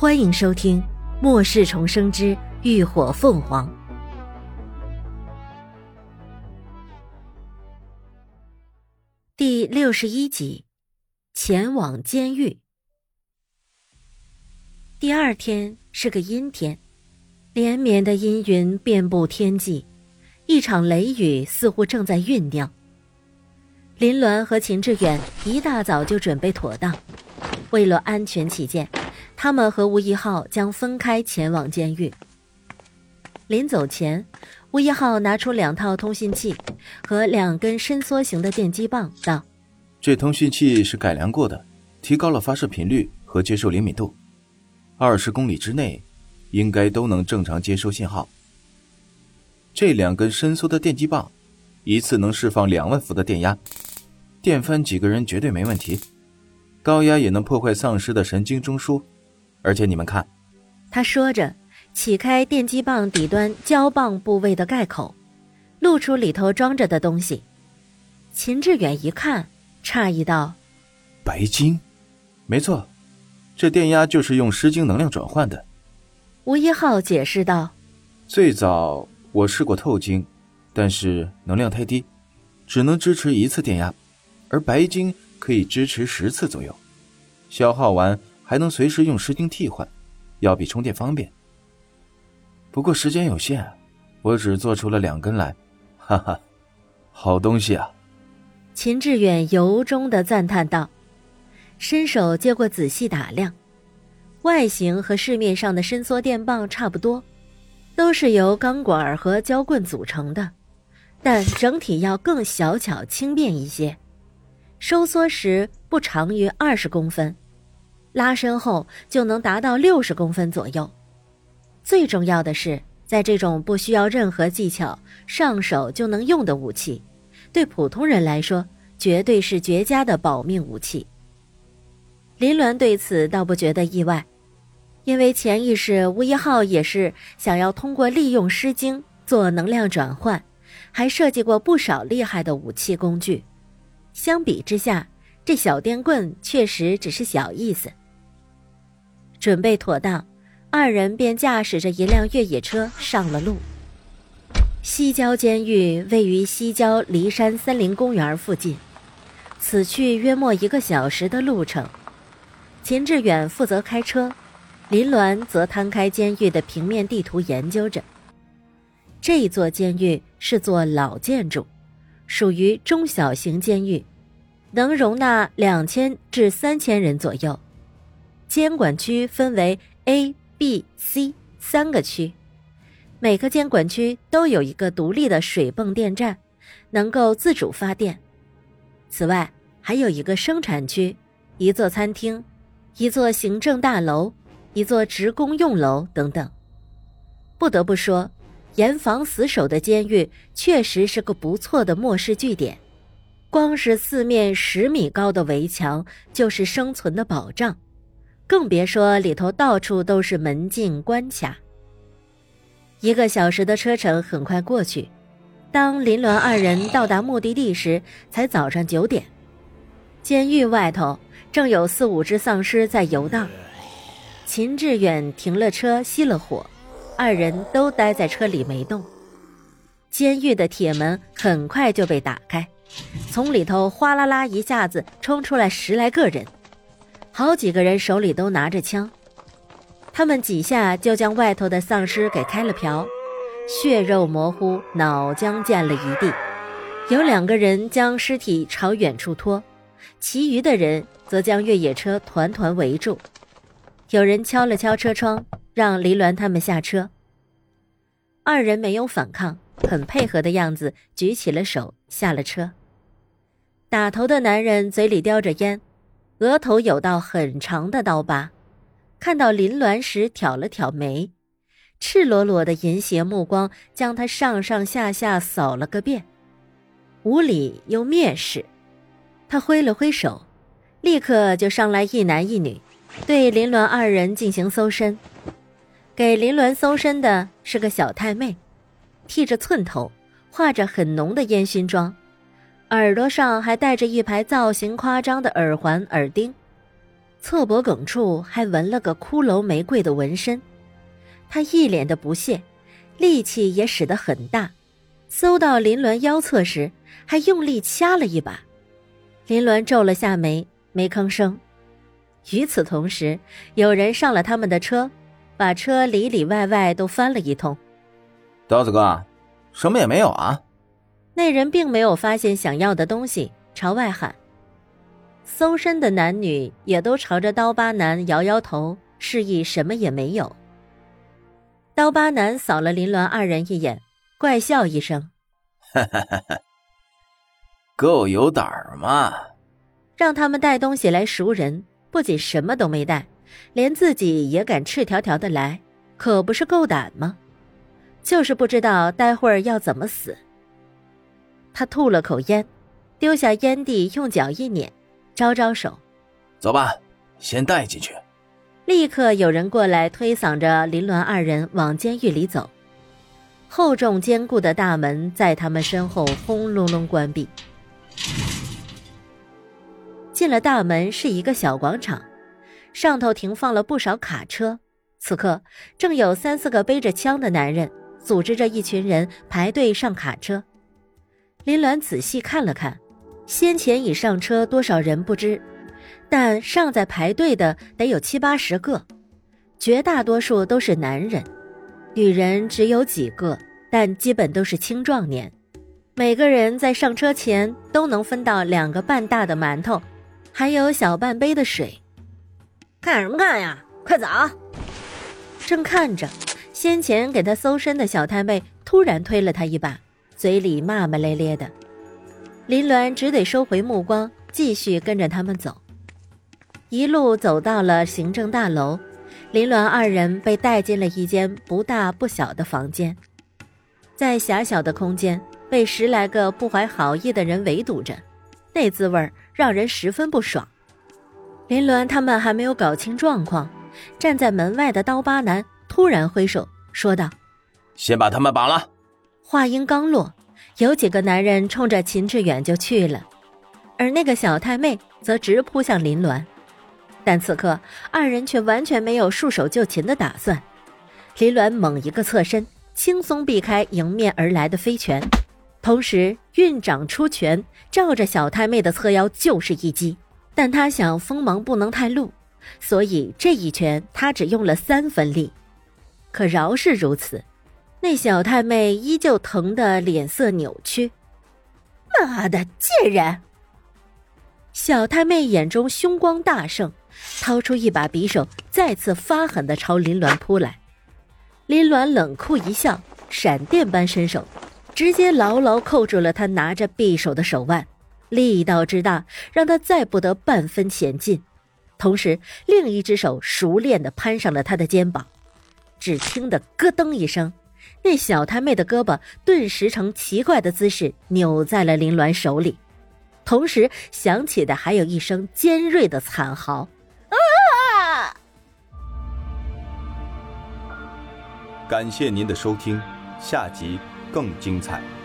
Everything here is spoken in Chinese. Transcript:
欢迎收听《末世重生之浴火凤凰》第61集，前往监狱。第二天是个阴天，连绵的阴云遍布天际，一场雷雨似乎正在酝酿。林鸾和秦志远一大早就准备妥当，为了安全起见，他们和吴一浩将分开前往监狱。临走前，吴一浩拿出2套通讯器和2根伸缩型的电击棒，道： 这通讯器是改良过的，提高了发射频率和接收灵敏度，20公里之内应该都能正常接收信号。这2根伸缩的电击棒一次能释放2万伏的电压，电翻几个人绝对没问题，高压也能破坏丧尸的神经中枢。而且你们看， 他说着起开电击棒底端胶棒部位的盖口，露出里头装着的东西。秦志远一看诧异道： 白金？没错，这电压就是用湿晶能量转换的。 吴一浩解释道： 最早我试过透晶，但是能量太低，只能支持1次电压，而白金可以支持10次左右，消耗完还能随时用湿晶替换，要比充电方便。不过时间有限，我只做出了2根来，哈哈，好东西啊。 秦志远由衷地赞叹道，伸手接过仔细打量，外形和市面上的伸缩电棒差不多，都是由钢管和胶棍组成的，但整体要更小巧轻便一些，收缩时不长于20公分，拉伸后就能达到60公分左右。最重要的是，在这种不需要任何技巧上手就能用的武器，对普通人来说绝对是绝佳的保命武器。林鸾对此倒不觉得意外，因为潜意识吴一浩也是想要通过利用湿晶做能量转换，还设计过不少厉害的武器工具。相比之下，这小电棍确实只是小意思。准备妥当，2人便驾驶着一辆越野车上了路。西郊监狱位于西郊骊山森林公园附近，此去约莫1个小时的路程。秦志远负责开车，林鸾则摊开监狱的平面地图研究着。这座监狱是座老建筑，属于中小型监狱，能容纳2000至3000人左右。监管区分为 A、B、C 3个区，每个监管区都有一个独立的水泵电站，能够自主发电。此外，还有一个生产区、1座餐厅、1座行政大楼、1座职工用楼等等。不得不说，严防死守的监狱确实是个不错的末世据点，光是4面10米高的围墙就是生存的保障，更别说里头到处都是门禁关卡。1个小时的车程很快过去，当林鸾2人到达目的地时，才早上9点。监狱外头正有4、5只丧尸在游荡。秦志远停了车熄了火，2人都待在车里没动。监狱的铁门很快就被打开，从里头哗啦啦一下子冲出来10来个人，好几个人手里都拿着枪。他们几下就将外头的丧尸给开了瓢，血肉模糊，脑浆溅了一地。有2个人将尸体朝远处拖，其余的人则将越野车团团围住。有人敲了敲车窗，让林鸾他们下车。2人没有反抗，很配合的样子，举起了手下了车。打头的男人嘴里叼着烟，额头有道很长的刀疤，看到林鸾时挑了挑眉，赤裸裸的淫邪目光将他上上下下扫了个遍，无理又蔑视。他挥了挥手，立刻就上来1男1女，对林鸾2人进行搜身。给林鸾搜身的是个小太妹，剃着寸头，画着很浓的烟熏妆，耳朵上还戴着一排造型夸张的耳环耳钉。 侧脖梗处还纹了个骷髅玫瑰的纹身。他一脸的不屑，力气也使得很大，搜到林鸾腰侧时还用力掐了一把。林鸾皱了下眉，没吭声。与此同时，有人上了他们的车，把车里里外外都翻了一通。 刀子哥，什么也没有啊。 那人并没有发现想要的东西，朝外喊。搜身的男女也都朝着刀疤男摇摇头，示意什么也没有。刀疤男扫了林鸾二人一眼，怪笑一声， 哈哈哈哈，够有胆儿嘛。 让他们带东西来赎人，不仅什么都没带，连自己也敢赤条条的来，可不是够胆吗？就是不知道待会儿要怎么死。他吐了口烟，丢下烟蒂，用脚一捻，招招手， 走吧，先带进去。 立刻有人过来推搡着林鸾二人往监狱里走，厚重坚固的大门在他们身后轰隆隆关闭。进了大门是一个小广场，上头停放了不少卡车，此刻正有3-4个背着枪的男人组织着一群人排队上卡车。林鸾仔细看了看，先前已上车多少人不知，但尚在排队的得有70-80个，绝大多数都是男人，女人只有几个，但基本都是青壮年。每个人在上车前都能分到2个半大的馒头，还有小半杯的水。看什么看呀，快走！正看着，先前给他搜身的小太妹突然推了他一把，嘴里骂骂咧咧的。林鸾只得收回目光，继续跟着他们走。一路走到了行政大楼，林鸾二人被带进了一间不大不小的房间。在狭小的空间，被10来个不怀好意的人围堵着，那滋味让人十分不爽。林鸾他们还没有搞清状况，站在门外的刀疤男突然挥手说道： 先把他们绑了。 话音刚落，有几个男人冲着秦志远就去了，而那个小太妹则直扑向林鸾。但此刻二人却完全没有束手就擒的打算。林鸾猛一个侧身，轻松避开迎面而来的飞拳，同时运掌出拳，照着小太妹的侧腰就是一击。但他想锋芒不能太露，所以这一拳他只用了3分力。可饶是如此，那小太妹依旧疼得脸色扭曲。妈的贱人！小太妹眼中凶光大盛，掏出一把匕首，再次发狠地朝林鸾扑来。林鸾冷酷一笑，闪电般伸手，直接牢牢扣住了他拿着匕首的手腕，力道之大，让他再不得半分前进。同时另一只手熟练地攀上了他的肩膀，只听得咯噔一声，那小太妹的胳膊顿时呈奇怪的姿势扭在了林鸾手里，同时响起的还有一声尖锐的惨嚎。啊！ 感谢您的收听，下集更精彩。